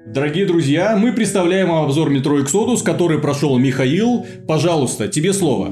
Дорогие друзья, мы представляем вам обзор Metro Exodus, который прошел Михаил. Пожалуйста, тебе слово.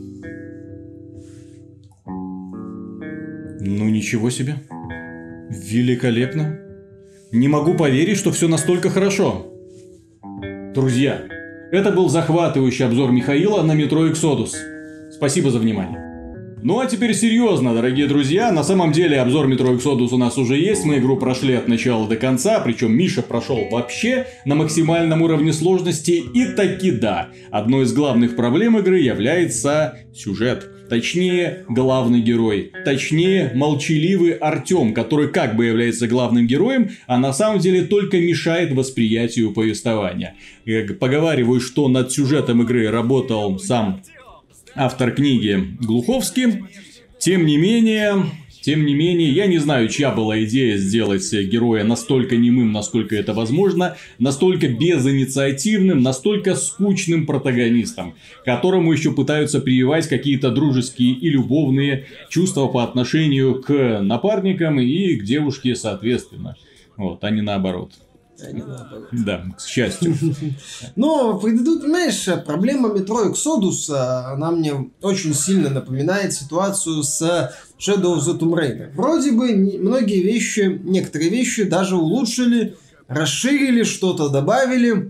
Ну ничего себе. Великолепно. Не могу поверить, что все настолько хорошо. Друзья, это был захватывающий обзор Михаила на Metro Exodus. Спасибо за внимание. Ну а теперь серьезно, дорогие друзья, на самом деле обзор Metro Exodus у нас уже есть, мы игру прошли от начала до конца, причем Миша прошел вообще на максимальном уровне сложности, и таки да, одной из главных проблем игры является сюжет. Точнее, главный герой. Точнее, молчаливый Артем, который как бы является главным героем, а на самом деле только мешает восприятию повествования. Поговариваю, что над сюжетом игры работал сам автор книги Глуховский. Тем не менее, я не знаю, чья была идея сделать героя настолько немым, насколько это возможно, настолько безинициативным, настолько скучным протагонистом, которому еще пытаются прививать какие-то дружеские и любовные чувства по отношению к напарникам и к девушке соответственно. Вот, а не наоборот. Да, к счастью. Но, понимаешь, проблема Metro Exodus, она мне очень сильно напоминает ситуацию с Shadow of the Tomb Raider. Вроде бы многие вещи, некоторые вещи даже улучшили, расширили, что-то добавили,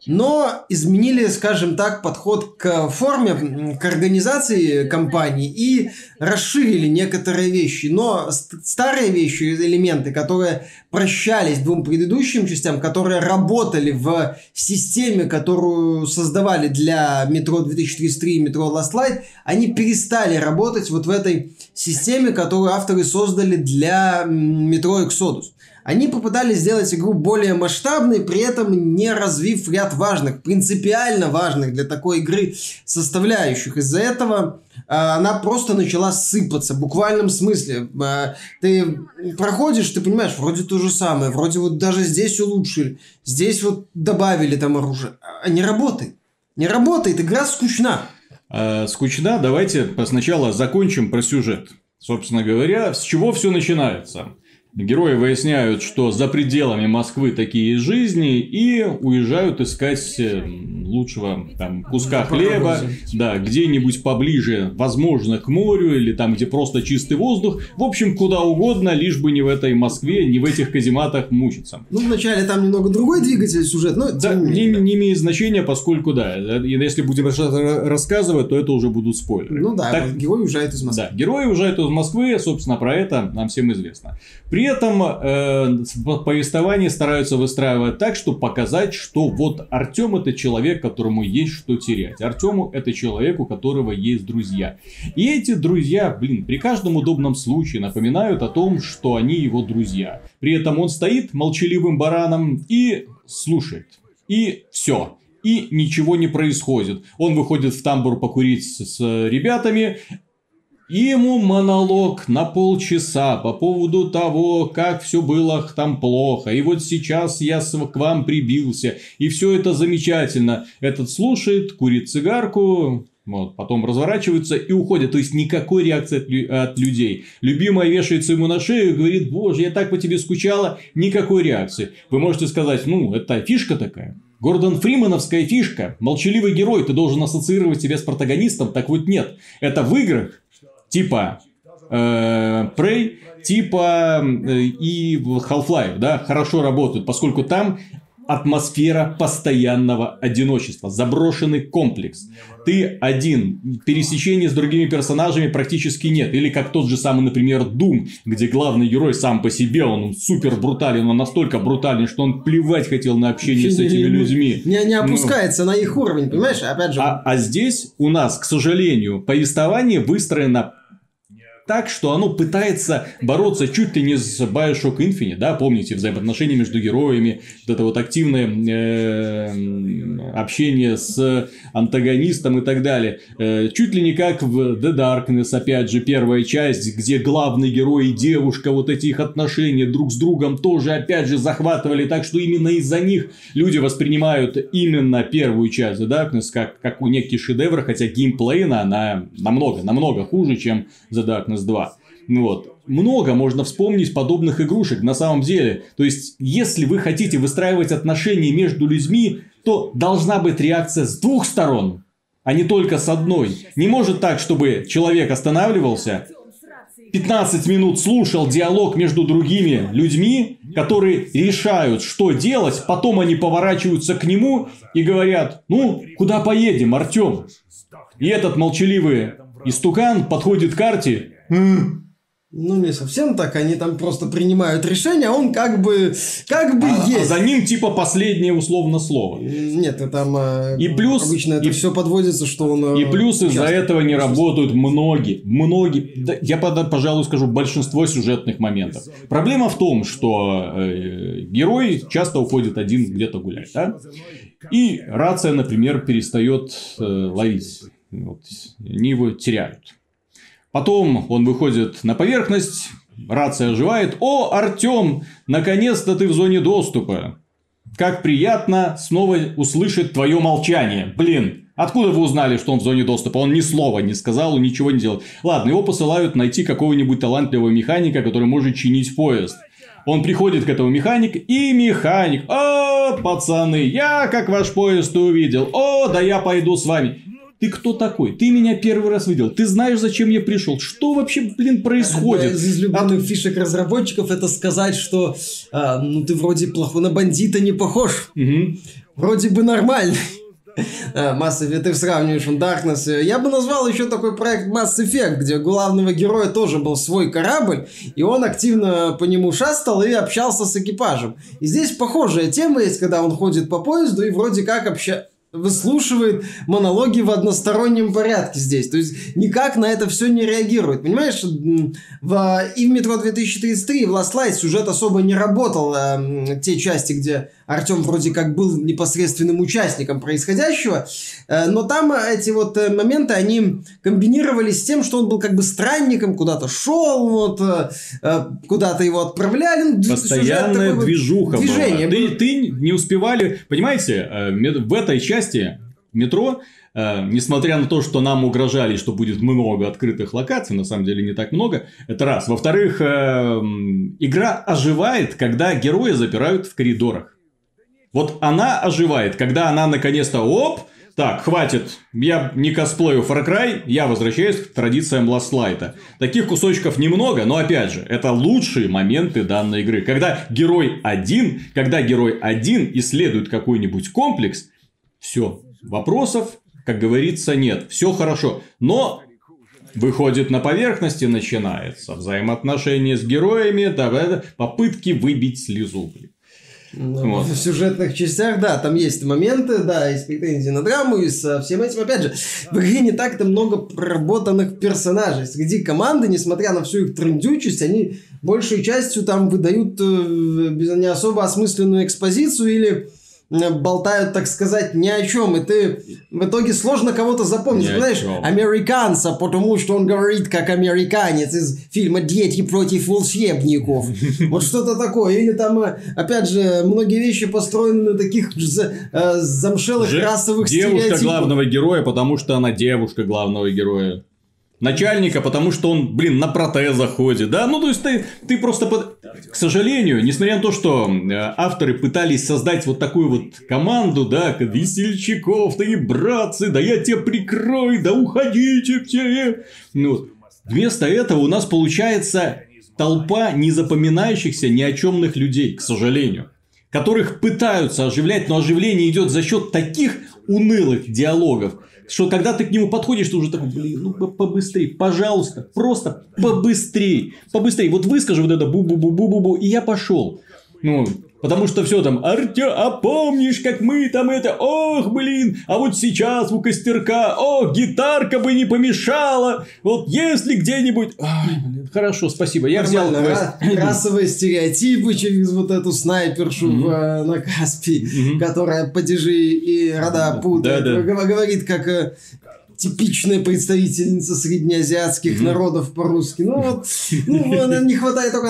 но изменили, скажем так, подход к форме, к организации компании и расширили некоторые вещи. Но старые вещи, элементы, которые прощались двум предыдущим частям, которые работали в системе, которую создавали для Metro 2033 и Metro Last Light, они перестали работать вот в этой системе, которую авторы создали для Metro Exodus. Они попытались сделать игру более масштабной, при этом не развив ряд важных, принципиально важных для такой игры составляющих. Из-за этого она просто начала сыпаться, в буквальном смысле. Ты проходишь, ты понимаешь, вроде то же самое, вроде вот даже здесь улучшили, здесь вот добавили там оружие. А не работает. Не работает, игра скучна. Скучна, давайте сначала закончим про сюжет. Собственно говоря, с чего все начинается? Герои выясняют, что за пределами Москвы такие жизни, и уезжают искать лучшего там, куска хлеба, да, где-нибудь поближе, возможно, к морю, или там, где просто чистый воздух. В общем, куда угодно, лишь бы не в этой Москве, не в этих казематах мучиться. Ну, вначале там немного другой двигатель, сюжет, но... Да, не имеет значения, поскольку, да, если будем рассказывать, то это уже будут спойлеры. Ну да, так, герои уезжают из Москвы. Да, герои уезжают из Москвы, собственно, про это нам всем известно. При этом повествование стараются выстраивать так, чтобы показать, что вот Артем это человек, которому есть что терять. Артему это человек, у которого есть друзья. И эти друзья, при каждом удобном случае напоминают о том, что они его друзья. При этом он стоит молчаливым бараном и слушает. И все. И ничего не происходит. Он выходит в тамбур покурить с ребятами. И ему монолог на полчаса по поводу того, как все было там плохо. И вот сейчас я к вам прибился. И все это замечательно. Этот слушает, курит цигарку, вот, потом разворачивается и уходит. То есть никакой реакции от людей. Любимая вешается ему на шею и говорит: боже, я так по тебе скучала. Никакой реакции. Вы можете сказать: ну, это фишка такая. Гордон Фримановская фишка. Молчаливый герой. Ты должен ассоциировать себя с протагонистом. Так вот нет. Это в играх. Типа Prey, типа и Half-Life, да, хорошо работают, поскольку там атмосфера постоянного одиночества, заброшенный комплекс. Ты один, пересечения с другими персонажами практически нет. Или как тот же самый, например, Doom, где главный герой сам по себе, он супер брутален, он настолько брутальный, что он плевать хотел на общение с этими людьми. Не опускается на их уровень, понимаешь? Опять же. А здесь у нас, к сожалению, повествование выстроено так, что оно пытается бороться чуть ли не с Bioshock Infinite, да, помните, взаимоотношения между героями, вот это вот активное общение с антагонистом и так далее. Чуть ли не как в The Darkness, опять же, первая часть, где главный герой и девушка, вот эти их отношения друг с другом тоже, опять же, захватывали так, что именно из-за них люди воспринимают именно первую часть The Darkness как некий шедевр, хотя геймплейно она намного хуже, чем The Darkness 2. Вот. Много можно вспомнить подобных игрушек на самом деле. То есть, если вы хотите выстраивать отношения между людьми, то должна быть реакция с двух сторон, а не только с одной. Не может так, чтобы человек останавливался, 15 минут слушал диалог между другими людьми, которые решают, что делать, потом они поворачиваются к нему и говорят: ну, куда поедем, Артем? И этот молчаливый истукан подходит к карте. Ну, не совсем так, они там просто принимают решение, а он как бы есть. А за ним типа последнее условно слово. Нет, там и плюс, обычно это все подводится, что он... И плюс из-за этого не работают многие, да, я, пожалуй, скажу, большинство сюжетных моментов. Проблема в том, что герой часто уходит один где-то гулять, да? И рация, например, перестает ловить. Вот, они его теряют. Потом он выходит на поверхность, рация оживает. О, Артем, наконец-то ты в зоне доступа. Как приятно снова услышать твое молчание. Блин, откуда вы узнали, что он в зоне доступа? Он ни слова не сказал, ничего не делал. Ладно, его посылают найти какого-нибудь талантливого механика, который может чинить поезд. Он приходит к этому механику, и механик: о, пацаны, я как ваш поезд увидел. О, да я пойду с вами. Ты кто такой? Ты меня первый раз видел. Ты знаешь, зачем я пришел? Что вообще, блин, происходит? Из излюбленных фишек разработчиков это сказать, что ну ты вроде плохо на бандита не похож. Вроде бы нормальный. Mass Effect, ты сравниваешь Darkness. Я бы назвал еще такой проект Mass Effect, где у главного героя тоже был свой корабль, и он активно по нему шастал и общался с экипажем. И здесь похожая тема есть, когда он ходит по поезду и вроде как выслушивает монологи в одностороннем порядке здесь. То есть, никак на это все не реагирует. Понимаешь, и в Метро 2033, и в Last Light сюжет особо не работал. Те части, где Артем вроде как был непосредственным участником происходящего. Но там эти вот моменты, они комбинировались с тем, что он был как бы странником, куда-то шел, вот, куда-то его отправляли. Постоянная движуха была. Ты не успевали... Понимаете, в этой части метро, несмотря на то, что нам угрожали, что будет много открытых локаций, на самом деле не так много, это раз. Во-вторых, игра оживает, когда героя запирают в коридорах. Вот она оживает, когда она наконец-то, оп, так, хватит, я не косплею Far Cry, я возвращаюсь к традициям Last Light. Таких кусочков немного, но опять же, это лучшие моменты данной игры. Когда герой один исследует какой-нибудь комплекс, все, вопросов, как говорится, нет, все хорошо. Но выходит на поверхность и начинается взаимоотношения с героями, попытки выбить слезу. Вот. В сюжетных частях, да, там есть моменты, да, есть претензии на драму, и со всем этим, опять же, в игре не так-то много проработанных персонажей. Среди команды, несмотря на всю их трындючесть, они большей частью там выдают не особо осмысленную экспозицию или болтают, так сказать, ни о чем, и ты в итоге сложно кого-то запомнить. Знаешь, американца, потому что он говорит как американец из фильма «Дети против волшебников». Вот что-то такое. Или там, опять же, многие вещи построены на таких замшелых расовых стереотипах. Девушка главного героя, потому что она девушка главного героя. Начальника, потому что он, на протезах ходит, да? Ну, то есть, ты просто... К сожалению, несмотря на то, что авторы пытались создать вот такую вот команду, да, весельчаков, да и братцы, да я тебя прикрою, да уходите все. Ну, вместо этого у нас получается толпа незапоминающихся ни о чемных людей, к сожалению, которых пытаются оживлять, но оживление идет за счет таких унылых диалогов, что когда ты к нему подходишь, ты уже такой: ну побыстрее, пожалуйста, просто побыстрее, побыстрее. Вот выскажи вот это бу-бу-бу-бу-бу-бу, и я пошел. Ну, потому что все там: Артем, а помнишь, как мы там это, ох, а вот сейчас у костерка, ох, гитарка бы не помешала, вот если где-нибудь... Ой, хорошо, спасибо, я взял расовые стереотипы через вот эту снайпершу на Каспии, которая падежи и рода путает, говорит как... типичная представительница среднеазиатских народов по-русски. Ну, вот, не хватает только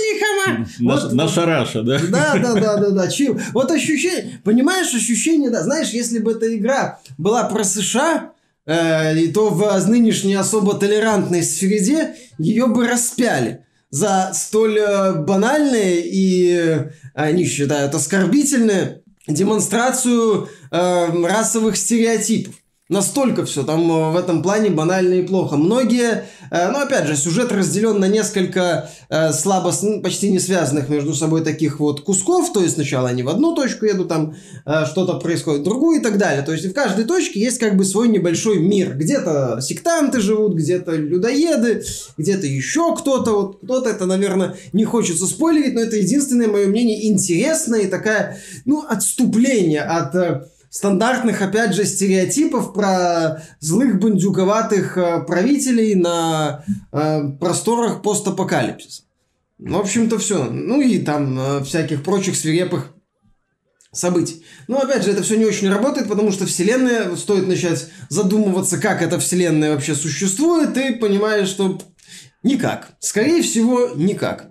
наша Раша, да? Да. Вот ощущение, понимаешь, ощущение, да, знаешь, если бы эта игра была про США, и то в нынешней особо толерантной среде ее бы распяли за столь банальные и, они считают, оскорбительные демонстрацию расовых стереотипов. Настолько все там в этом плане банально и плохо. Многие, ну опять же, сюжет разделен на несколько слабо, почти не связанных между собой таких вот кусков. То есть сначала они в одну точку едут, там что-то происходит в другую и так далее. То есть в каждой точке есть как бы свой небольшой мир. Где-то сектанты живут, где-то людоеды, где-то еще кто-то. Вот кто-то, это, наверное, не хочется спойлерить, но это единственное мое мнение интересное и такая, ну, отступление от стандартных, опять же, стереотипов про злых бандюковатых правителей на просторах постапокалипсиса. В общем-то, все. Ну и там всяких прочих свирепых событий. Но, опять же, это все не очень работает, потому что вселенная, стоит начать задумываться, как эта вселенная вообще существует, и понимаешь, что никак. Скорее всего, никак.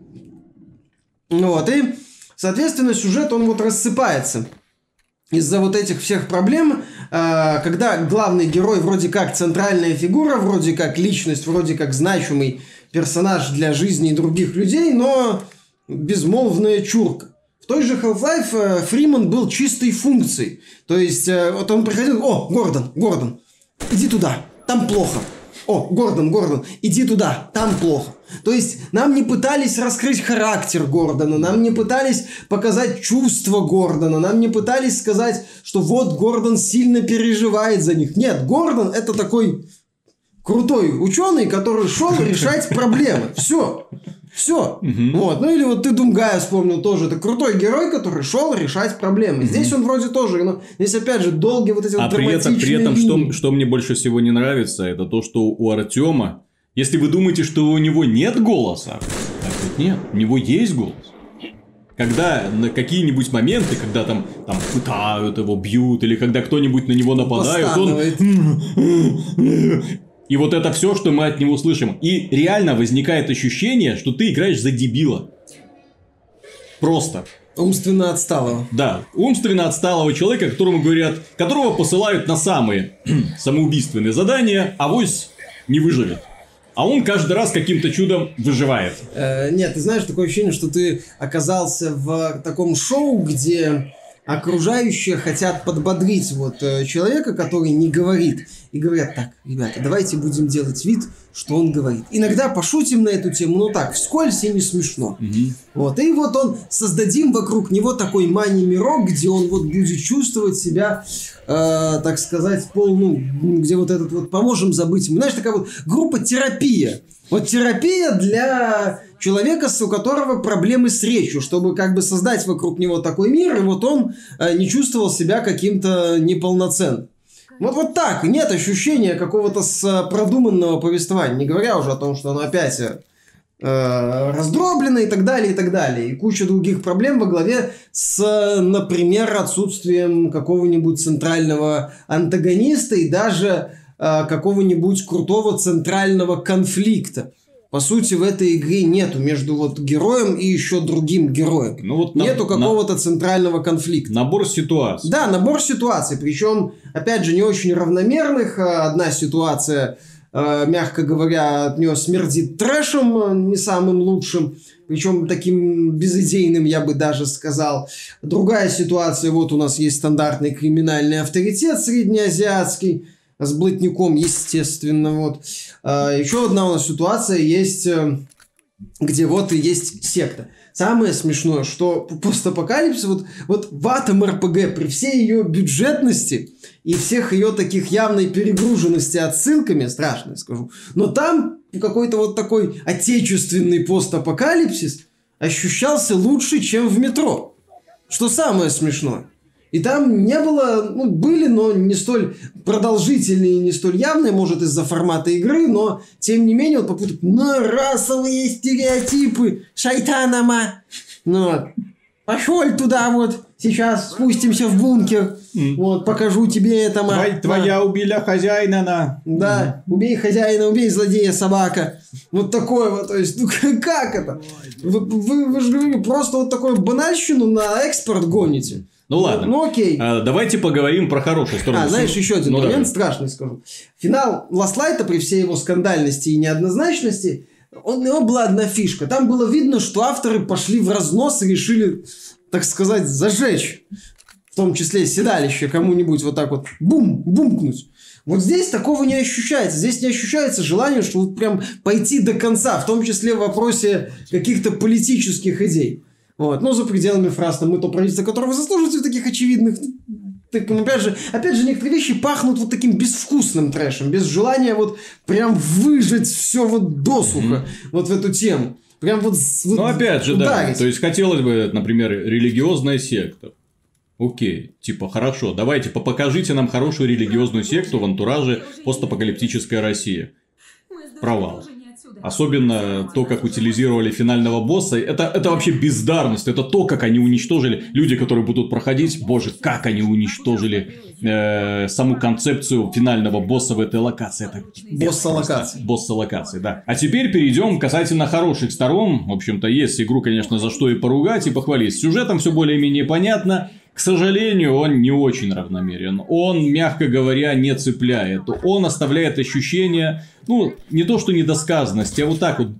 Вот, и, соответственно, сюжет, он вот рассыпается из-за вот этих всех проблем, когда главный герой вроде как центральная фигура, вроде как личность, вроде как значимый персонаж для жизни других людей, но безмолвная чурка. В той же Half-Life Фриман был чистой функцией. То есть, вот он приходил: «О, Гордон, иди туда, там плохо. О, Гордон, иди туда, там плохо». То есть нам не пытались раскрыть характер Гордона, нам не пытались показать чувства Гордона, нам не пытались сказать, что вот Гордон сильно переживает за них. Нет, Гордон это такой крутой ученый, который шел решать проблемы. Все. Вот. Ну или вот ты Думгая вспомнил тоже. Это крутой герой, который шел решать проблемы. Здесь он вроде тоже. Но здесь опять же долгие вот эти вот драматичные при этом что мне больше всего не нравится, это то, что у Артема, если вы думаете, что у него нет голоса, так вот нет, у него есть голос. Когда на какие-нибудь моменты, когда там пытают его, бьют, или когда кто-нибудь на него нападает, он... И вот это все, что мы от него слышим. И реально возникает ощущение, что ты играешь за дебила. Просто. Умственно отсталого. Да, умственно отсталого человека, которого посылают на самые самоубийственные задания, авось не выживет. А он каждый раз каким-то чудом выживает. Нет, ты знаешь, такое ощущение, что ты оказался в таком шоу, где окружающие хотят подбодрить вот человека, который не говорит. И говорят: так, ребята, давайте будем делать вид, что он говорит. Иногда пошутим на эту тему, но так, вскользь и не смешно. Вот. И вот создадим вокруг него такой мани-мирок, где он вот будет чувствовать себя, так сказать, где вот этот вот поможем забыть ему. Знаешь, такая вот группа терапия. Вот терапия для человека, у которого проблемы с речью, чтобы как бы создать вокруг него такой мир, и вот он не чувствовал себя каким-то неполноценным. Вот так. Нет ощущения какого-то продуманного повествования. Не говоря уже о том, что оно опять раздроблено и так далее, и так далее. И куча других проблем во главе с, например, отсутствием какого-нибудь центрального антагониста и даже какого-нибудь крутого центрального конфликта. По сути, в этой игре нету между вот героем и еще другим героем. Нету какого-то центрального конфликта. Набор ситуаций. Да, набор ситуаций. Причем, опять же, не очень равномерных. Одна ситуация, мягко говоря, от нее смердит трэшем, не самым лучшим. Причем таким безыдейным, я бы даже сказал. Другая ситуация, вот у нас есть стандартный криминальный авторитет среднеазиатский, с блатником, естественно, вот. Еще одна у нас ситуация есть, где вот и есть секта. Самое смешное, что постапокалипсис, вот в Atom RPG при всей ее бюджетности и всех ее таких явной перегруженности отсылками, страшно скажу, но там какой-то вот такой отечественный постапокалипсис ощущался лучше, чем в Метро. Что самое смешное. И там не было, были, но не столь продолжительные, не столь явные, может, из-за формата игры, но, тем не менее, вот попутно на расовые стереотипы, шайтанама. Пошел туда вот, сейчас спустимся в бункер, вот, покажу тебе это. Твоя убила хозяина, Да, убей хозяина, убей злодея, собака. Вот такое вот, то есть, как это? Вы же просто вот такую банальщину на экспорт гоните. Ну ладно. Ну окей. Давайте поговорим про хорошую сторону. Знаешь, еще один момент давай. страшный скажу. Финал Last Light, при всей его скандальности и неоднозначности, у него была одна фишка. Там было видно, что авторы пошли в разнос и решили, так сказать, зажечь. В том числе седалище кому-нибудь вот так вот бумкнуть. Вот здесь такого не ощущается. Здесь не ощущается желание, что вот прям пойти до конца, в том числе в вопросе каких-то политических идей. Вот. Но за пределами фраз, мы то правительство, которого вы заслуживаете, в таких очевидных... Опять же, некоторые вещи пахнут вот таким безвкусным трэшем, без желания вот прям выжать все вот досуха вот в эту тему. Прям вот опять же, ударить. да. То есть, хотелось бы, например, религиозная секта. Окей, типа, хорошо, давайте покажите нам хорошую религиозную секту в антураже постапокалиптическая Россия. Провал. Особенно то, как утилизировали финального босса. Это вообще бездарность. Это то, как они уничтожили. Люди, которые будут проходить. Боже, как они уничтожили саму концепцию финального босса в этой локации. Это босса-локации. Босса-локации, да. А теперь перейдем касательно хороших сторон. В общем-то, есть игру, конечно, за что и поругать, и похвалить. С сюжетом все более-менее понятно. К сожалению, он не очень равномерен. Он, мягко говоря, не цепляет. Он оставляет ощущение, не то что недосказанности, а вот так вот.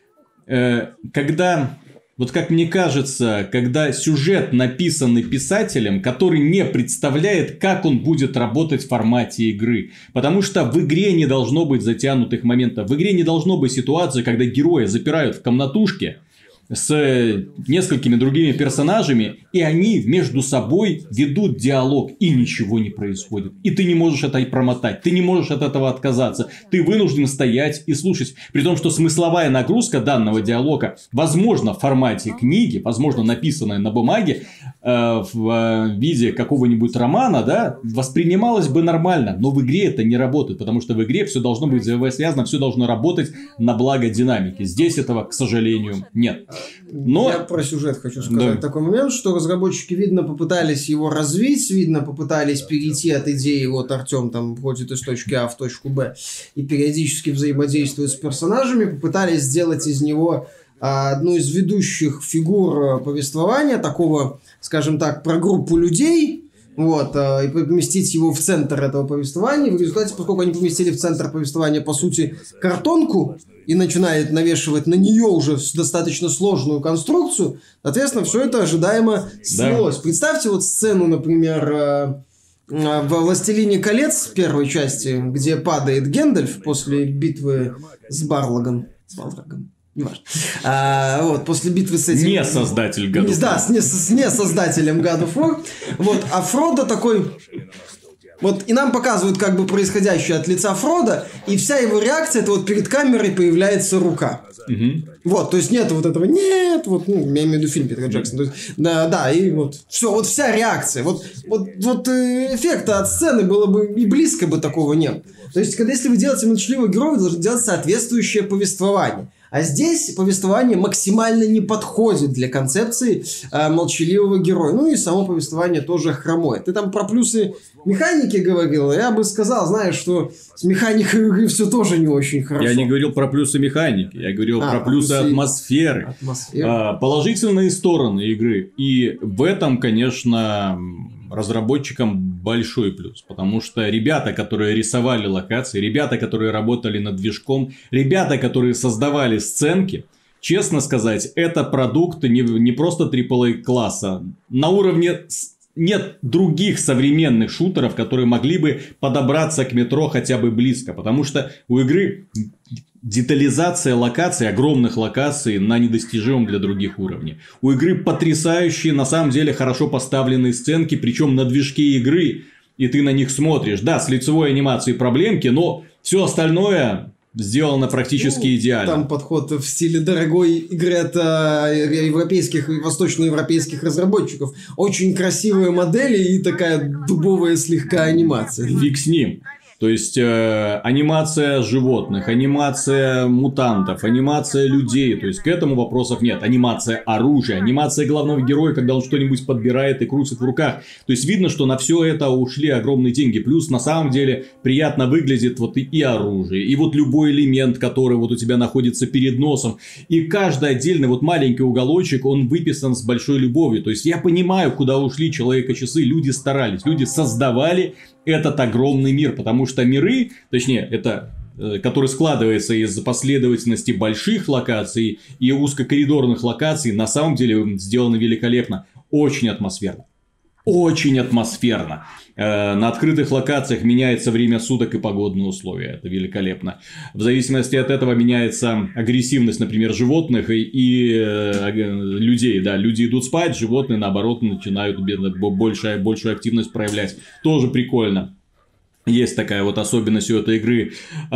Когда, вот как мне кажется, когда сюжет написанный писателем, который не представляет, как он будет работать в формате игры. Потому что в игре не должно быть затянутых моментов. В игре не должно быть ситуации, когда героя запирают в комнатушке с несколькими другими персонажами, и они между собой ведут диалог, и ничего не происходит. И ты не можешь это и промотать, ты не можешь от этого отказаться. Ты вынужден стоять и слушать. При том, что смысловая нагрузка данного диалога, возможно, в формате книги, возможно, написанная на бумаге, в виде какого-нибудь романа, да, воспринималась бы нормально. Но в игре это не работает, потому что в игре все должно быть взаимосвязано, все должно работать на благо динамики. Здесь этого, к сожалению, нет. Но... Я про сюжет хочу сказать такой момент, что разработчики, видно, попытались его развить, видно, попытались перейти от идеи, вот Артем там ходит из точки А в точку Б и периодически взаимодействует с персонажами, попытались сделать из него одну из ведущих фигур повествования, такого, скажем так, про группу людей, вот, и поместить его в центр этого повествования. В результате, поскольку они поместили в центр повествования, по сути, картонку, и начинает навешивать на нее уже достаточно сложную конструкцию, соответственно, все это ожидаемо снялось. Да. Представьте вот сцену, например, в «Властелине колец» первой части, где падает Гэндальф после битвы с Балрогом. Неважно. Вот, после битвы с этим... Не создатель God of War. Да, с несоздателем God of War. Вот, а Фродо такой... Вот, и нам показывают как бы происходящее от лица Фродо, и вся его реакция, это вот перед камерой появляется рука. Вот, то есть нет вот этого, нет, вот, я имею в виду фильм Питера Джексона. То есть, да, и вот, все, вот вся реакция. Вот эффекта от сцены было бы и близко бы такого нет. То есть, если вы делаете молчаливого героя, вы должны делать соответствующее повествование. А здесь повествование максимально не подходит для концепции молчаливого героя. Ну и само повествование тоже хромое. Ты там про плюсы механики говорил. Я бы сказал, знаешь, что с механикой игры все тоже не очень хорошо. Я не говорил про плюсы механики. Я говорил про плюсы атмосферы. Положительные стороны игры. И в этом, конечно, разработчикам большой плюс. Потому что ребята, которые рисовали локации, ребята, которые работали над движком, ребята, которые создавали сценки, честно сказать, это продукт не просто AAA класса. На уровне нет других современных шутеров, которые могли бы подобраться к метро хотя бы близко. Потому что у игры детализация локаций, огромных локаций на недостижимом для других уровней. У игры потрясающие, на самом деле, хорошо поставленные сценки, причем на движке игры. И ты на них смотришь. Да, с лицевой анимацией проблемки, но все остальное сделано практически идеально. Там подход в стиле дорогой игры от европейских и восточноевропейских разработчиков. Очень красивые модели и такая дубовая слегка анимация. Фиг с ним. То есть, анимация животных, анимация мутантов, анимация людей. То есть, к этому вопросов нет. Анимация оружия, анимация главного героя, когда он что-нибудь подбирает и крутит в руках. То есть, видно, что на все это ушли огромные деньги. Плюс, на самом деле, приятно выглядит вот и оружие, и вот любой элемент, который вот у тебя находится перед носом. И каждый отдельный вот маленький уголочек, он выписан с большой любовью. То есть, я понимаю, куда ушли Человека-часы. Люди старались, люди создавали этот огромный мир, потому что миры, точнее, это который складывается из последовательности больших локаций и узкокоридорных локаций, на самом деле сделаны великолепно, очень атмосферно. Очень атмосферно. На открытых локациях меняется время суток и погодные условия. Это великолепно. В зависимости от этого меняется агрессивность, например, животных и людей. Да, люди идут спать, животные, наоборот, начинают большую активность проявлять. Тоже прикольно. Есть такая вот особенность у этой игры.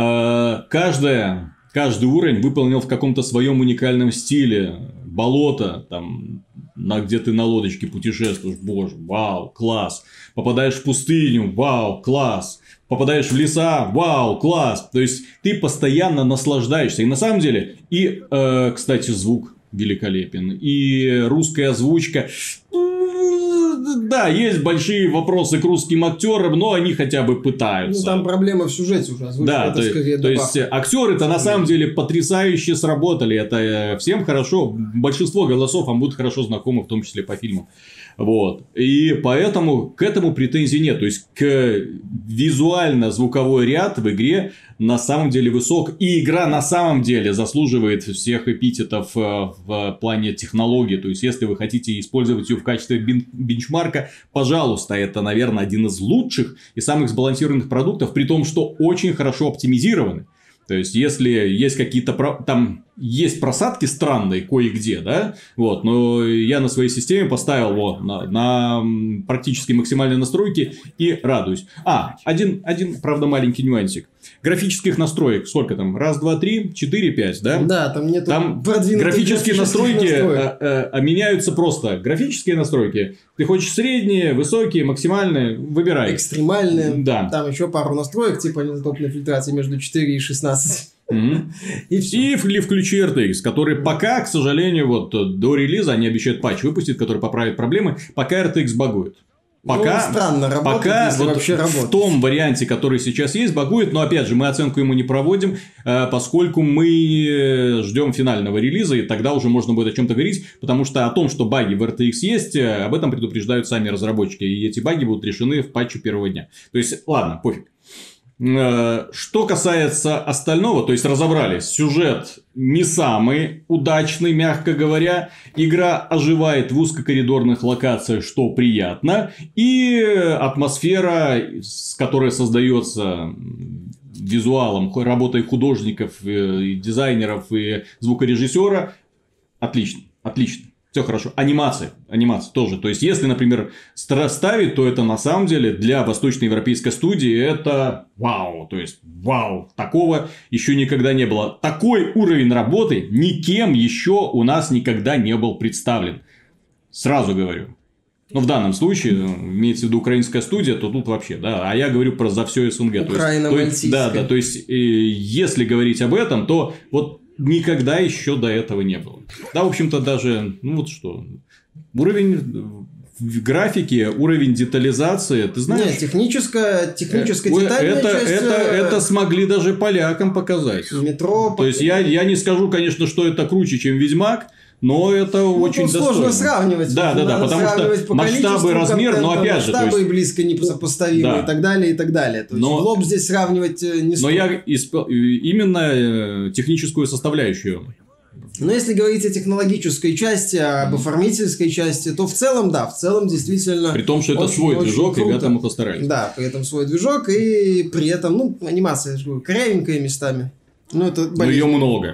Каждый уровень выполнен в каком-то своем уникальном стиле. Болото, там, где ты на лодочке путешествуешь, боже, вау, класс. Попадаешь в пустыню, вау, класс. Попадаешь в леса, вау, класс. То есть, ты постоянно наслаждаешься. И на самом деле, кстати, звук великолепен. И русская озвучка... Да, есть большие вопросы к русским актерам, но они хотя бы пытаются. Ну, там проблема в сюжете уже. Да, то есть, актеры-то на самом деле потрясающе сработали. Это всем хорошо. Большинство голосов вам будут хорошо знакомы, в том числе по фильму. Вот. И поэтому к этому претензий нет. То есть, визуально-звуковой ряд в игре на самом деле высок. И игра на самом деле заслуживает всех эпитетов в плане технологий. То есть, если вы хотите использовать ее в качестве бенчмарка, пожалуйста, это, наверное, один из лучших и самых сбалансированных продуктов, при том, что очень хорошо оптимизированы. То есть, если есть какие-то... Там есть просадки странные кое-где, да? Вот, но я на своей системе поставил его на практически максимальные настройки и радуюсь. Один, правда, маленький нюансик. Графических настроек сколько там? Раз, два, три, 4, 5, да? Да, там нету там графические настройки меняются просто. Графические настройки. Ты хочешь средние, высокие, максимальные, выбирай. Экстремальные. Да. Там еще пару настроек, типа изотопной фильтрации между 4 и 16. И включи RTX, который пока, к сожалению, вот до релиза они обещают патч выпустить, который поправит проблемы, пока RTX багует. Пока, странно работает, если вот вообще работает. В том варианте, который сейчас есть, багует, но опять же, мы оценку ему не проводим, поскольку мы ждем финального релиза, и тогда уже можно будет о чем-то говорить, потому что о том, что баги в RTX есть, об этом предупреждают сами разработчики, и эти баги будут решены в патче первого дня. То есть, ладно, пофиг. Что касается остального, то есть разобрались, сюжет не самый удачный, мягко говоря, игра оживает в узкокоридорных локациях, что приятно, и атмосфера, которая создается визуалом, работой художников, и дизайнеров и звукорежиссера, отлично. Все хорошо. Анимация тоже. То есть, если, например, ставить, то это на самом деле для восточноевропейской студии это вау. То есть, вау. Такого еще никогда не было. Такой уровень работы никем еще у нас никогда не был представлен. Сразу говорю. Но в данном случае, имеется в виду украинская студия, то тут вообще, да. А я говорю про за все СНГ. Украина-мальтийская. То есть, если говорить об этом, то вот никогда еще до этого не было. Да, в общем-то, даже, уровень графики, уровень детализации, ты знаешь... Нет, техническая детальная часть... Это смогли даже полякам показать. Метро... То есть, я не скажу, конечно, что это круче, чем Ведьмак, но это очень достойно. Сложно сравнивать. Да, потому что масштабы, размер, но опять же... Масштабы близко несопоставимы, и так далее, и так далее. То есть, в лоб здесь сравнивать не стоит. Но я именно техническую составляющую. Но если говорить о технологической части, об оформительской части, то в целом действительно... При том, что это свой движок, ребята там постарались. Да, при этом свой движок, и при этом, анимация, корявенькая местами. Ее много,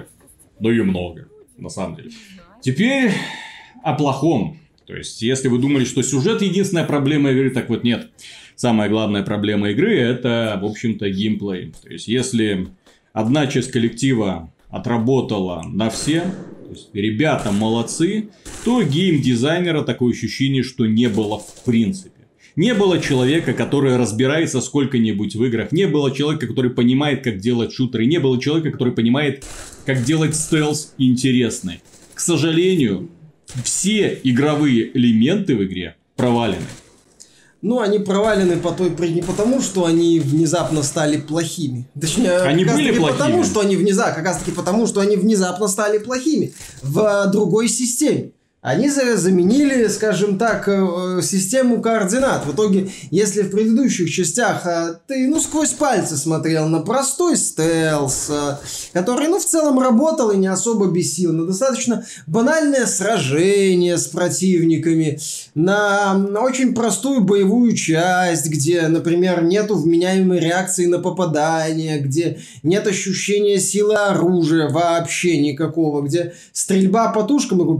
на самом деле. Теперь о плохом. То есть, если вы думали, что сюжет единственная проблема игры, так вот нет. Самая главная проблема игры – это, в общем-то, геймплей. То есть, если одна часть коллектива отработала на все, то есть, ребята молодцы, то геймдизайнера такое ощущение, что не было в принципе. Не было человека, который разбирается сколько-нибудь в играх. Не было человека, который понимает, как делать шутеры. Не было человека, который понимает, как делать стелс интересный. К сожалению, все игровые элементы в игре провалены. Ну, они провалены не потому, что они внезапно стали плохими. Точнее, они были плохими. Потому, что они как раз таки потому, что они внезапно стали плохими в другой системе. Они заменили, скажем так, систему координат. В итоге, если в предыдущих частях ты, сквозь пальцы смотрел на простой стелс, который, в целом работал и не особо бесил, на достаточно банальное сражение с противниками, на очень простую боевую часть, где, например, нету вменяемой реакции на попадание, где нет ощущения силы оружия вообще никакого, где стрельба по тушкам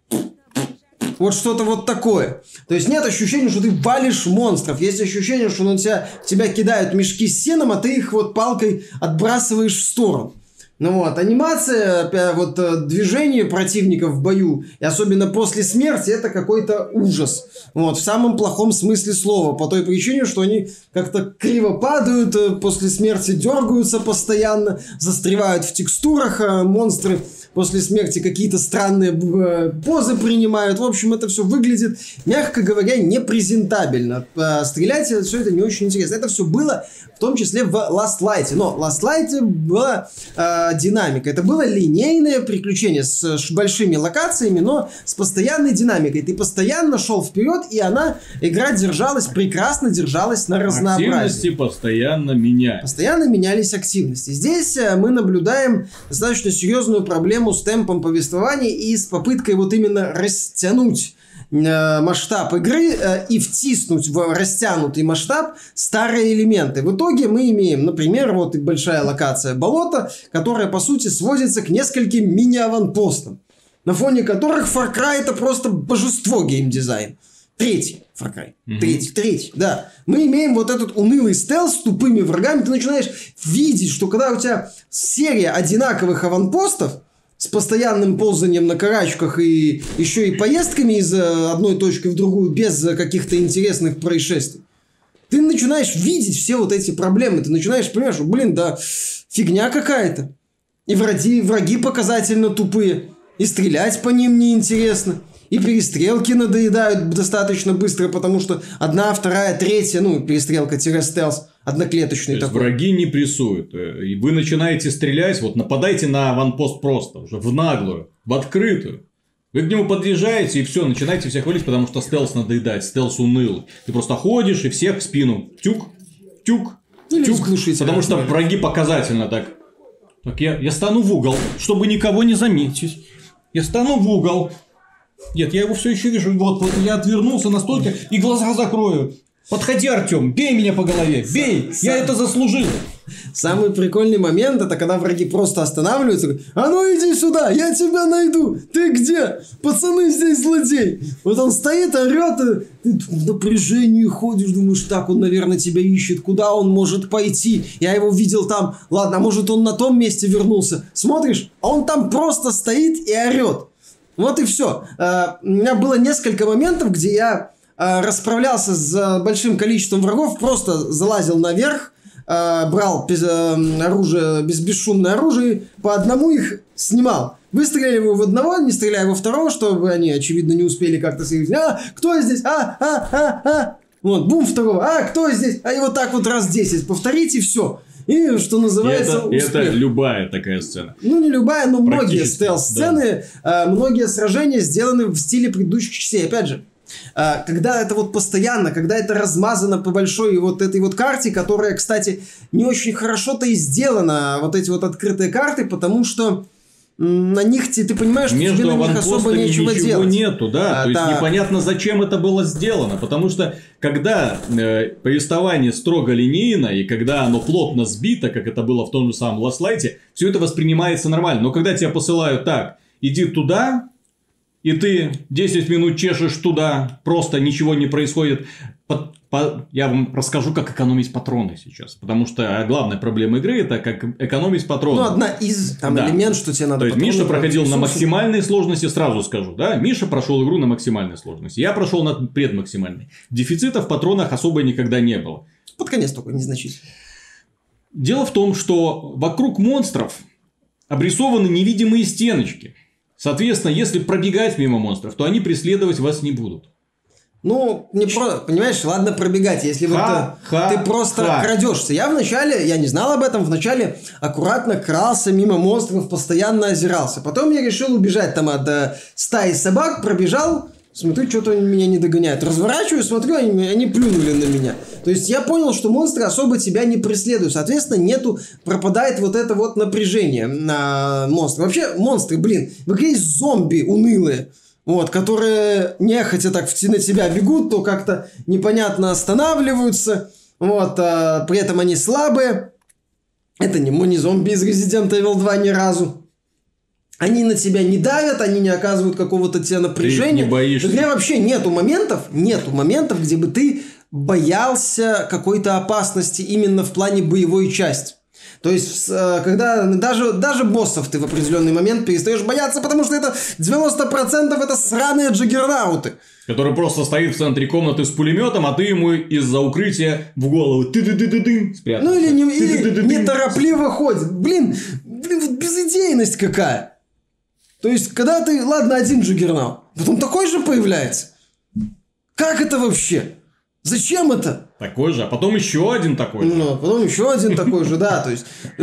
вот что-то вот такое. То есть нет ощущения, что ты валишь монстров. Есть ощущение, что в тебя кидают мешки с сеном, а ты их вот палкой отбрасываешь в сторону. Анимация, движение противников в бою, и особенно после смерти, это какой-то ужас. В самом плохом смысле слова. По той причине, что они как-то криво падают, после смерти дергаются постоянно, застревают в текстурах, монстры после смерти какие-то странные позы принимают. В общем, это все выглядит, мягко говоря, непрезентабельно. Стрелять все это не очень интересно. Это все было в том числе в Last Light. Но в Last Light была динамика. Это было линейное приключение с большими локациями, но с постоянной динамикой. Ты постоянно шел вперед, и игра прекрасно держалась на разнообразии. Активности постоянно менялись. Постоянно менялись активности. Здесь мы наблюдаем достаточно серьезную проблему с темпом повествования и с попыткой именно растянуть масштаб игры и втиснуть в растянутый масштаб старые элементы. В итоге мы имеем, например, большая локация болота, которая по сути сводится к нескольким мини-аванпостам, на фоне которых Far Cry это просто божество геймдизайн. Третий Far Cry. Третий, да. Мы имеем этот унылый стелс с тупыми врагами. Ты начинаешь видеть, что когда у тебя серия одинаковых аванпостов с постоянным ползанием на карачках и еще и поездками из одной точки в другую без каких-то интересных происшествий, ты начинаешь видеть все эти проблемы. Ты начинаешь понимать, что, фигня какая-то. И враги показательно тупые. И стрелять по ним неинтересно. И перестрелки надоедают достаточно быстро, потому что одна, вторая, третья, перестрелка-стелс, одноклеточный такой. такой. Враги не прессуют. И вы начинаете стрелять, нападайте на аванпост просто, уже в наглую, в открытую. Вы к нему подъезжаете и все, начинаете всех валить, потому что стелс надоедает, стелс уныл. Ты просто ходишь и всех в спину. Тюк, тюк, тюк. Потому что враги показательно так. Так, я стану в угол, чтобы никого не заметить. Я стану в угол. Нет, я его все еще вижу. Вот я отвернулся настолько и глаза закрою. Подходи, Артем, бей меня по голове, бей, я это заслужил. Самый прикольный момент, это когда враги просто останавливаются, говорят: а ну иди сюда, я тебя найду, ты где? Пацаны, здесь злодей. Он стоит, орет, и ты в напряжении ходишь, думаешь, так, он, наверное, тебя ищет, куда он может пойти? Я его видел там, ладно, а может он на том месте вернулся? Смотришь, а он там просто стоит и орет. Вот и все. У меня было несколько моментов, где я расправлялся с большим количеством врагов, просто залазил наверх, брал бесшумное оружие, по одному их снимал. Выстреливаю в одного, не стреляю во второго, чтобы они, очевидно, не успели как-то съездить. Кто здесь? Вот, бум, второго. Кто здесь? И вот так раз 10 повторите, и все. И, что называется, это любая такая сцена. Не любая, но многие стелс-сцены, многие сражения сделаны в стиле предыдущих частей. Опять же, когда это постоянно, когда это размазано по большой этой карте, которая, кстати, не очень хорошо-то и сделана, эти открытые карты, потому что на них ты понимаешь, что тебе на них особо нечего делать. Нету, да. То есть непонятно, зачем это было сделано. Потому что когда повествование строго линейно, и когда оно плотно сбито, как это было в том же самом Last Light, все это воспринимается нормально. Но когда тебя посылают так: иди туда, и ты 10 минут чешешь туда, просто ничего не происходит. я вам расскажу, как экономить патроны сейчас. Потому что главная проблема игры это как экономить патроны. Ну, одна из элемент, что тебе надо. То есть Миша проходил на максимальной сложности, сразу скажу, да? Миша прошел игру на максимальной сложности. Я прошел на предмаксимальной. Дефицита в патронах особо никогда не было. Под конец только незначительно. Дело в том, что вокруг монстров обрисованы невидимые стеночки. Соответственно, если пробегать мимо монстров, то они преследовать вас не будут. Ну, понимаешь, ладно пробегать, если ты просто крадешься. Я не знал об этом, вначале аккуратно крался мимо монстров, постоянно озирался. Потом я решил убежать там от стаи собак, пробежал, смотрю, что-то они меня не догоняют. Разворачиваю, смотрю, они плюнули на меня. То есть я понял, что монстры особо тебя не преследуют. Соответственно, пропадает вот это вот напряжение на монстры. Вообще, монстры, в игре есть зомби унылые. Вот, которые нехотя так на тебя бегут, то как-то непонятно останавливаются. Вот, при этом они слабые. Это не зомби из Resident Evil 2 ни разу. Они на тебя не давят, они не оказывают какого-то тебе напряжения. Ты не боишься. В игре вообще нету моментов, где бы ты боялся какой-то опасности именно в плане боевой части. То есть, когда даже боссов ты в определенный момент перестаешь бояться, потому что это 90% это сраные джаггернауты. Который просто стоит в центре комнаты с пулеметом, а ты ему из-за укрытия в голову спрятался. Ну или неторопливо ходит. Блин, вот безидейность какая. То есть, когда ты, ладно, один джаггернаут, потом такой же появляется. Как это вообще? Зачем это? Такой же, а потом еще один такой же. Ну, потом еще один такой же, да. То есть,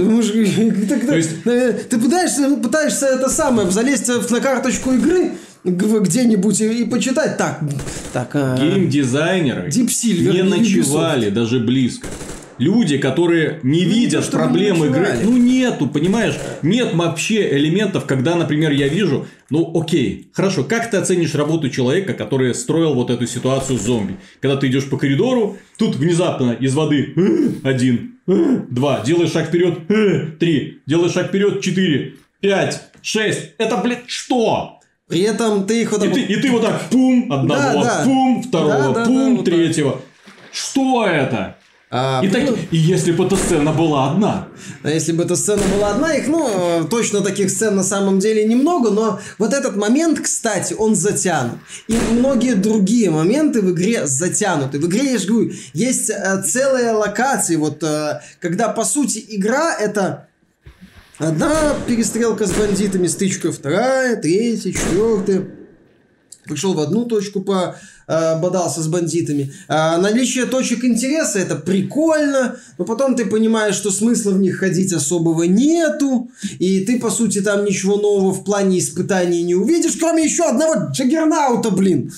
ты пытаешься это самое, залезть на карточку игры где-нибудь и почитать. Геймдизайнеры Deep Silver, не ночевали даже близко. Люди, которые не видят проблем игры. Ну, нету, понимаешь? Нет вообще элементов, когда, например, я вижу... Ну, окей, хорошо, как ты оценишь работу человека, который строил вот эту ситуацию с зомби? Когда ты идешь по коридору, тут внезапно из воды 1, 2, делаешь шаг вперед 3, делаешь шаг вперед 4, 5, 6. Это, блядь, что? При этом ты их вот так... И ты вот так, пум, одного, пум, второго, пум, третьего. Что это? И если бы эта сцена была одна. Если бы эта сцена была одна, точно таких сцен на самом деле немного, но вот этот момент, кстати, он затянут. И многие другие моменты в игре затянуты. В игре, я же говорю, есть целые локации, вот, когда, по сути, игра это... Одна перестрелка с бандитами, стычка, вторая, третья, четвертая. Пришел в одну точку, бодался с бандитами. Наличие точек интереса это прикольно, но потом ты понимаешь, что смысла в них ходить особого нету, и ты, по сути, там ничего нового в плане испытаний не увидишь, кроме еще одного джаггернаута, блин.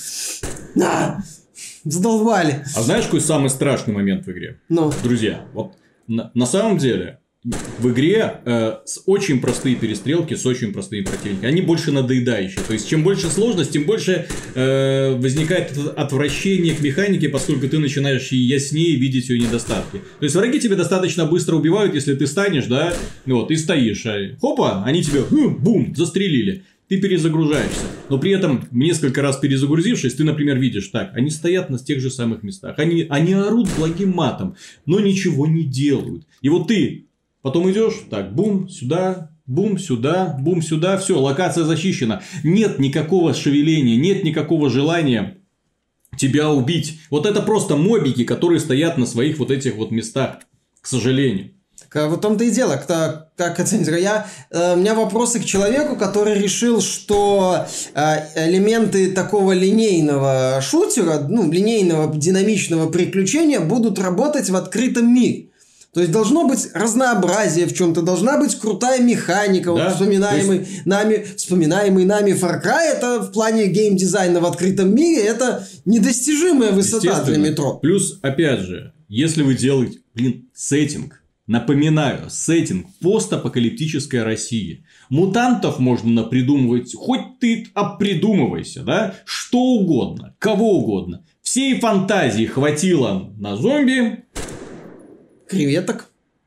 Задолбали. А знаешь, какой самый страшный момент в игре? Друзья, вот на самом деле... В игре очень простые перестрелки с очень простыми противниками. Они больше надоедающие. То есть, чем больше сложность, тем больше возникает отвращение к механике, поскольку ты начинаешь яснее видеть ее недостатки. То есть, враги тебя достаточно быстро убивают, если ты станешь, да, вот, и стоишь. Хопа, они тебя, бум, застрелили. Ты перезагружаешься. Но при этом, несколько раз перезагрузившись, ты, например, видишь, так, они стоят на тех же самых местах. Они орут благим матом, но ничего не делают. И вот ты... Потом идешь, так, бум, сюда, бум, сюда, бум, сюда, все, локация защищена. Нет никакого шевеления, нет никакого желания тебя убить. Вот это просто мобики, которые стоят на своих вот этих вот местах, к сожалению. В том-то и дело, как оценить. У меня вопросы к человеку, который решил, что элементы такого линейного шутера, линейного динамичного приключения будут работать в открытом мире. То есть должно быть разнообразие в чем-то, должна быть крутая механика. Да? Вот вспоминаемый нами Far Cry, это в плане геймдизайна в открытом мире, это недостижимая высота для метро. Плюс, опять же, если вы делаете, сеттинг, напоминаю, сеттинг постапокалиптической России. Мутантов можно напридумывать, хоть ты опридумывайся, да, что угодно, кого угодно. Всей фантазии хватило на зомби. Креветок.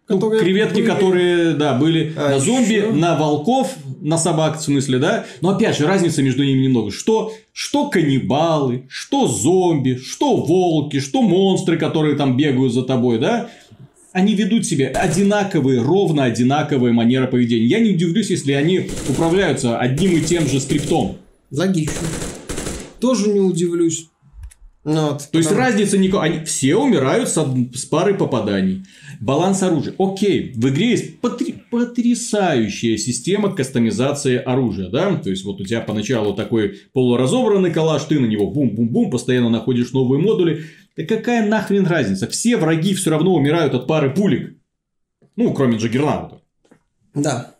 Креветки, были... которые, да, были на зомби, еще... на волков, на собак, в смысле, да. Но опять же, разница между ними немного. Что каннибалы, что зомби, что волки, что монстры, которые там бегают за тобой, да. Они ведут себя одинаковые, ровно одинаковые манеры поведения. Я не удивлюсь, если они управляются одним и тем же скриптом. Логично. Тоже не удивлюсь. Вот, то есть разницы никакой. Они все умирают с парой попаданий. Баланс оружия. Окей, в игре есть потрясающая система кастомизации оружия. Да? То есть, вот у тебя поначалу такой полуразобранный калаш, ты на него бум-бум-бум, постоянно находишь новые модули. Да какая нахрен разница? Все враги все равно умирают от пары пулек. Ну, кроме Джаггернаута. Да.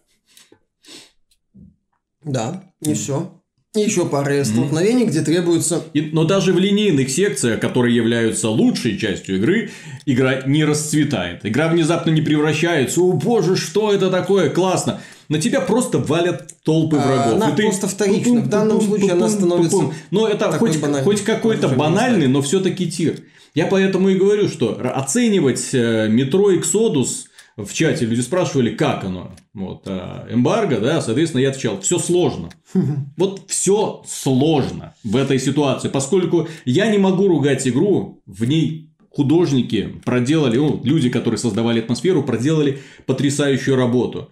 Да, и все. И еще пара столкновений, где требуется... Но даже в линейных секциях, которые являются лучшей частью игры, игра не расцветает. Игра внезапно не превращается. О боже, что это такое? Классно. На тебя просто валят толпы врагов. Она просто вторична. В данном случае она становится... Но это хоть какой-то банальный, но все-таки тир. Я поэтому и говорю, что оценивать Metro Exodus... В чате люди спрашивали, как оно. Вот, эмбарго, да, соответственно, я отвечал, все сложно. Вот все сложно в этой ситуации, поскольку я не могу ругать игру, в ней художники проделали, люди, которые создавали атмосферу, проделали потрясающую работу.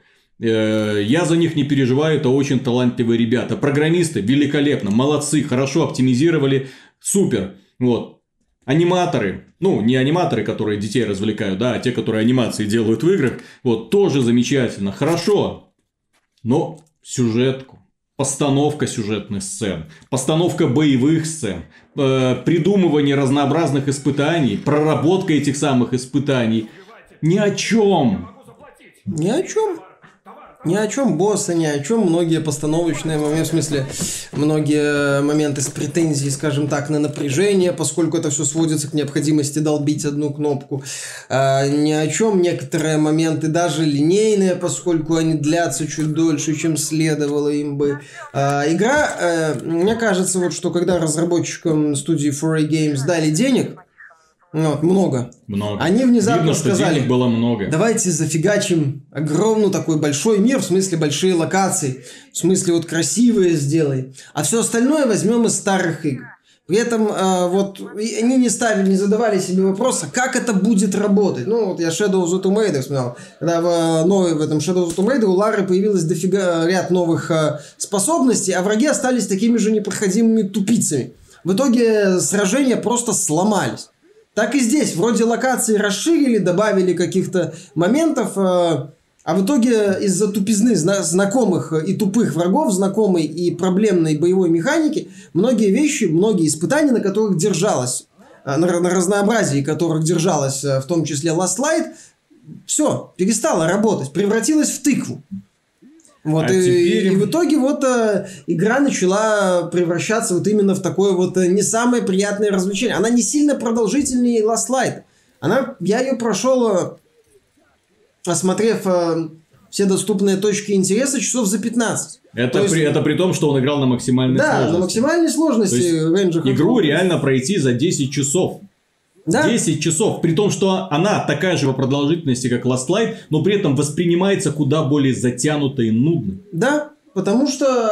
Я за них не переживаю, это очень талантливые ребята. Программисты великолепно, молодцы, хорошо оптимизировали, супер. Вот. Аниматоры, не аниматоры, которые детей развлекают, да, а те, которые анимации делают в играх, вот, тоже замечательно, хорошо, но сюжетку, постановка сюжетных сцен, постановка боевых сцен, придумывание разнообразных испытаний, проработка этих самых испытаний, ни о чем. Ни о чем. Ни о чем босса, ни о чем. Многие постановочные моменты, в смысле, многие моменты с претензией, скажем так, на напряжение, поскольку это все сводится к необходимости долбить одну кнопку. Ни о чем. Некоторые моменты даже линейные, поскольку они длятся чуть дольше, чем следовало им бы. Игра, мне кажется, вот что когда разработчикам студии 4A Games дали денег, много. Они внезапно видно, сказали, денег было много. Давайте зафигачим огромный такой большой мир, в смысле большие локации, в смысле вот красивые сделаем, а все остальное возьмем из старых игр. При этом вот они не задавали себе вопроса, как это будет работать. Вот я Shadow of the Tomb Raider вспоминал. Когда в этом Shadow of the Tomb Raider у Лары появилось дофига ряд новых способностей, а враги остались такими же непроходимыми тупицами. В итоге сражения просто сломались. Так и здесь. Вроде локации расширили, добавили каких-то моментов, а в итоге из-за тупизны знакомых и тупых врагов, знакомой и проблемной боевой механики, многие вещи, многие испытания, на которых держалась, на разнообразии которых держалась, в том числе Last Light, все, перестало работать, превратилось в тыкву. Вот, и в итоге вот игра начала превращаться вот именно в такое вот не самое приятное развлечение. Она не сильно продолжительнее Last Light. Я ее прошел, осмотрев все доступные точки интереса, часов за 15. Это при том, что он играл на максимальной сложности. Да, на максимальной сложности. Игру реально пройти за 10 часов. Да? 10 часов, при том, что она такая же по продолжительности, как Last Light, но при этом воспринимается куда более затянуто и нудно. Да, потому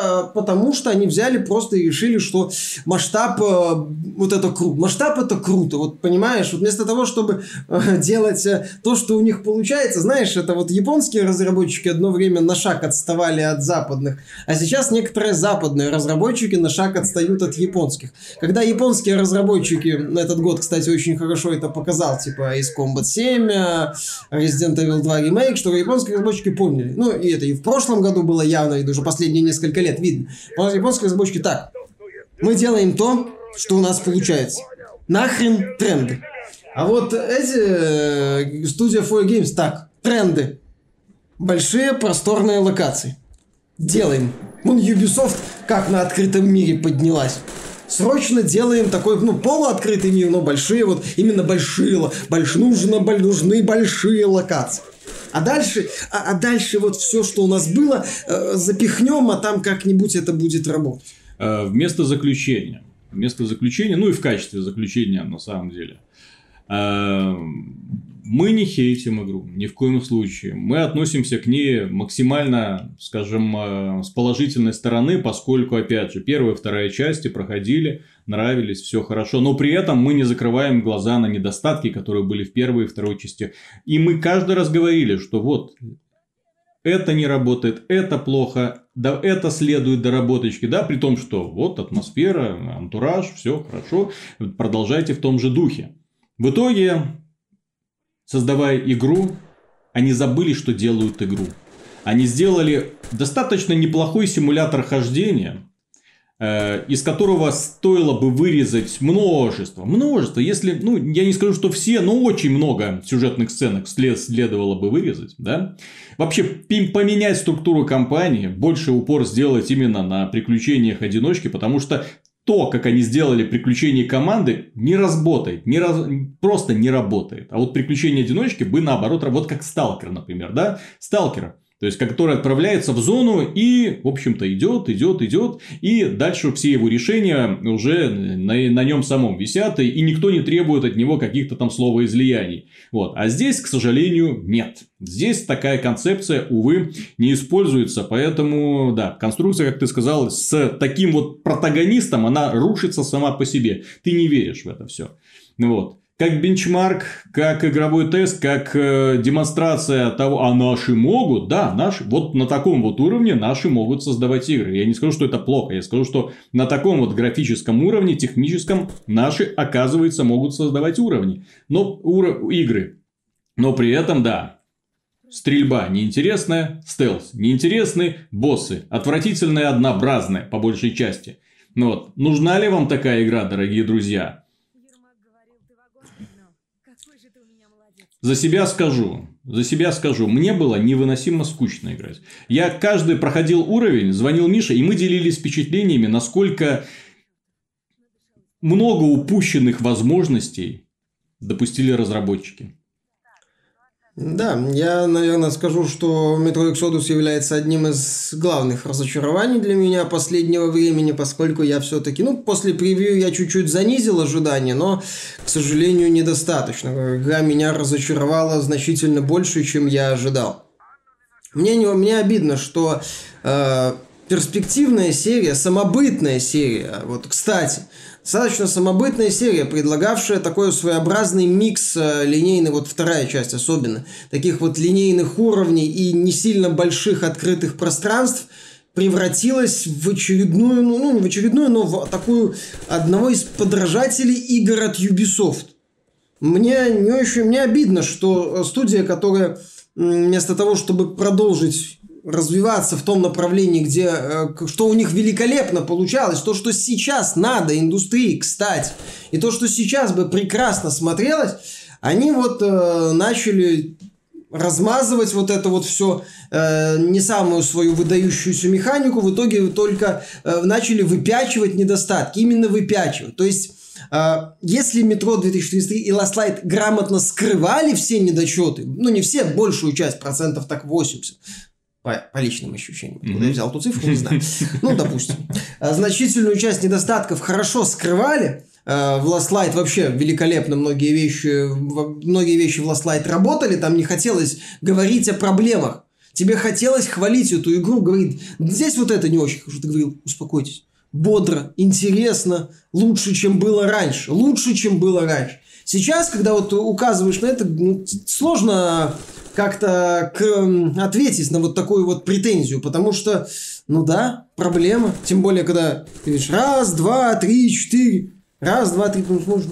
что они взяли просто и решили, что масштаб вот это круто. Масштаб это круто, вот понимаешь, вот вместо того, чтобы делать то, что у них получается, знаешь, это вот японские разработчики одно время на шаг отставали от западных, а сейчас некоторые западные разработчики на шаг отстают от японских. Когда японские разработчики, этот год, кстати, очень хорошо это показал, типа Ace Combat 7, Resident Evil 2 Remake, что японские разработчики поняли, и это и в прошлом году было явно, и даже последние несколько лет видно. Японские разработчики так. Мы делаем то, что у нас получается. Нахрен тренды. А вот эти студия 4A Games так. Тренды. Большие просторные локации. Делаем. Ubisoft как на открытом мире поднялась. Срочно делаем такой, полуоткрытый мир, но большие, вот именно большие, нужны большие локации. А дальше вот все, что у нас было, запихнем, а там как-нибудь это будет работать. Вместо заключения, и в качестве заключения, на самом деле, Мы не хейтим игру, ни в коем случае. Мы относимся к ней максимально, скажем, с положительной стороны, поскольку, опять же, первая и вторая части проходили, нравились, все хорошо. Но при этом мы не закрываем глаза на недостатки, которые были в первой и второй части. И мы каждый раз говорили, что вот это не работает, это плохо, да, это следует доработочки, да, при том, что вот атмосфера, антураж, все хорошо, продолжайте в том же духе. В итоге, создавая игру, они забыли, что делают игру. Они сделали достаточно неплохой симулятор хождения, из которого стоило бы вырезать множество, если, ну, я не скажу, что все, но очень много сюжетных сценок следовало бы вырезать, да. Вообще, поменять структуру кампании, больше упор сделать именно на приключениях одиночки, потому что то, как они сделали приключения команды, не работает, просто не работает. А вот приключения одиночки бы наоборот работали, как Сталкер, например, да, Сталкера. То есть, который отправляется в зону и, в общем-то, идет, и дальше все его решения уже на нем самом висят, и никто не требует от него каких-то там словоизлияний. Вот. А здесь, к сожалению, нет. Здесь такая концепция, увы, не используется, поэтому, да, конструкция, как ты сказал, с таким вот протагонистом, она рушится сама по себе. Ты не веришь в это все. Вот. Как бенчмарк, как игровой тест, как демонстрация того, а наши могут, да, наши, вот на таком вот уровне наши могут создавать игры. Я не скажу, что это плохо, я скажу, что на таком вот графическом уровне, техническом, наши, оказывается, могут создавать игры. Но при этом, да, стрельба неинтересная, стелс неинтересный, боссы отвратительные, однообразные, по большей части. Ну вот, нужна ли вам такая игра, дорогие друзья? За себя скажу, мне было невыносимо скучно играть. Я каждый проходил уровень, звонил Мише, и мы делились впечатлениями, насколько много упущенных возможностей допустили разработчики. Да, я, наверное, скажу, что Metro Exodus является одним из главных разочарований для меня последнего времени, поскольку я все-таки, после превью я чуть-чуть занизил ожидания, но, к сожалению, недостаточно. Игра меня разочаровала значительно больше, чем я ожидал. Мне обидно, что перспективная серия, самобытная серия, вот, кстати, достаточно самобытная серия, предлагавшая такой своеобразный микс линейный, вот вторая часть особенно, таких вот линейных уровней и не сильно больших открытых пространств, превратилась в очередную, не в очередную, но в такую одного из подражателей игр от Ubisoft. Мне обидно, что студия, которая вместо того, чтобы продолжить развиваться в том направлении, что у них великолепно получалось, то, что сейчас надо индустрии, кстати, и то, что сейчас бы прекрасно смотрелось, они вот начали размазывать вот это вот все, не самую свою выдающуюся механику, в итоге только начали выпячивать недостатки, именно выпячивать. То есть, если Metro 2033 и Last Light грамотно скрывали все недочеты, не все, большую часть, процентов так 80%, по личным ощущениям. Куда я взял эту цифру, не знаю. Допустим. Значительную часть недостатков хорошо скрывали. В Last Light вообще великолепно многие вещи в Last Light работали. Там не хотелось говорить о проблемах. Тебе хотелось хвалить эту игру, говорить, здесь вот это не очень хорошо. Ты говорил, успокойтесь. Бодро, интересно, лучше, чем было раньше. Сейчас, когда вот указываешь на это, сложно как-то ответить на вот такую вот претензию, потому что, проблема. Тем более, когда ты видишь 1, 2, 3, 4, 1, 2, 3,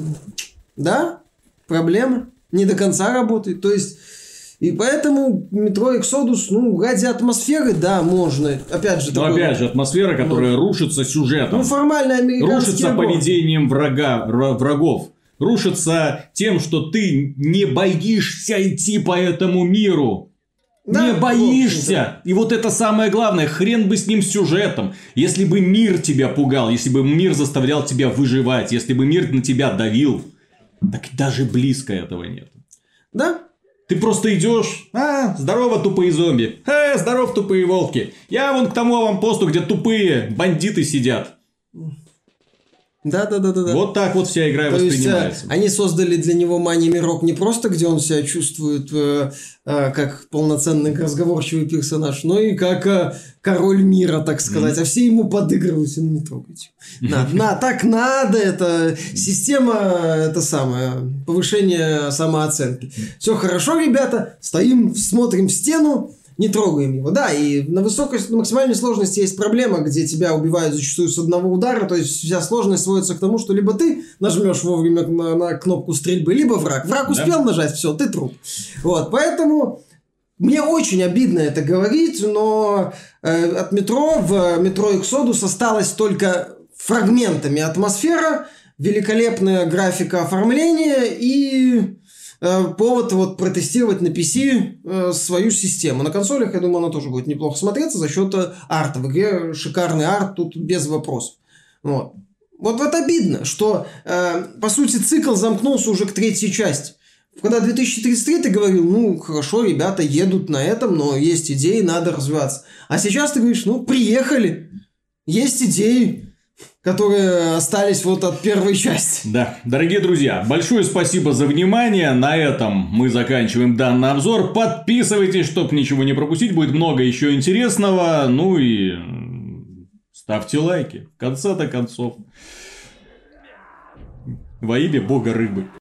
да, проблема, не до конца работает, то есть, и поэтому Metro Exodus, ради атмосферы, да, можно, опять же. Атмосфера, которая рушится сюжетом. Формально американский рушится поведением врагов. Рушится тем, что ты не боишься идти по этому миру. Да, не боишься. И вот это самое главное. Хрен бы с ним сюжетом. Если бы мир тебя пугал, если бы мир заставлял тебя выживать, если бы мир на тебя давил, так даже близко этого нет. Да. Ты просто идешь, здорово, тупые зомби. Здорово, тупые волки. Я вон к тому аванпосту, где тупые бандиты сидят. Да. Вот так вот вся игра и То есть, воспринимается. они создали для него мани-мирок не просто, где он себя чувствует как полноценный разговорчивый персонаж, но и как король мира, так сказать. А все ему подыгрывают, ну не трогайте. Так надо, это система, это самое, повышение самооценки. Все хорошо, ребята, стоим, смотрим в стену, не трогаем его. Да, и на максимальной сложности есть проблема, где тебя убивают зачастую с одного удара, то есть вся сложность сводится к тому, что либо ты нажмешь вовремя на кнопку стрельбы, либо враг. Враг успел нажать, все, ты труп. Вот, поэтому мне очень обидно это говорить, но от метро в метро Exodus осталась только фрагментами атмосфера, великолепная графика оформления и повод вот протестировать на PC свою систему. На консолях, я думаю, она тоже будет неплохо смотреться за счет арта. В игре шикарный арт, тут без вопросов. Вот обидно, что, по сути, цикл замкнулся уже к третьей части. Когда 2033 ты говорил, ну, хорошо, ребята едут на этом, но есть идеи, надо развиваться. А сейчас ты говоришь, ну, приехали, есть идеи, которые остались вот от первой части. Да, дорогие друзья, большое спасибо за внимание. На этом мы заканчиваем данный обзор. Подписывайтесь, чтобы ничего не пропустить. Будет много еще интересного. Ну и ставьте лайки. В конце-то концов. Во имя бога рыбы.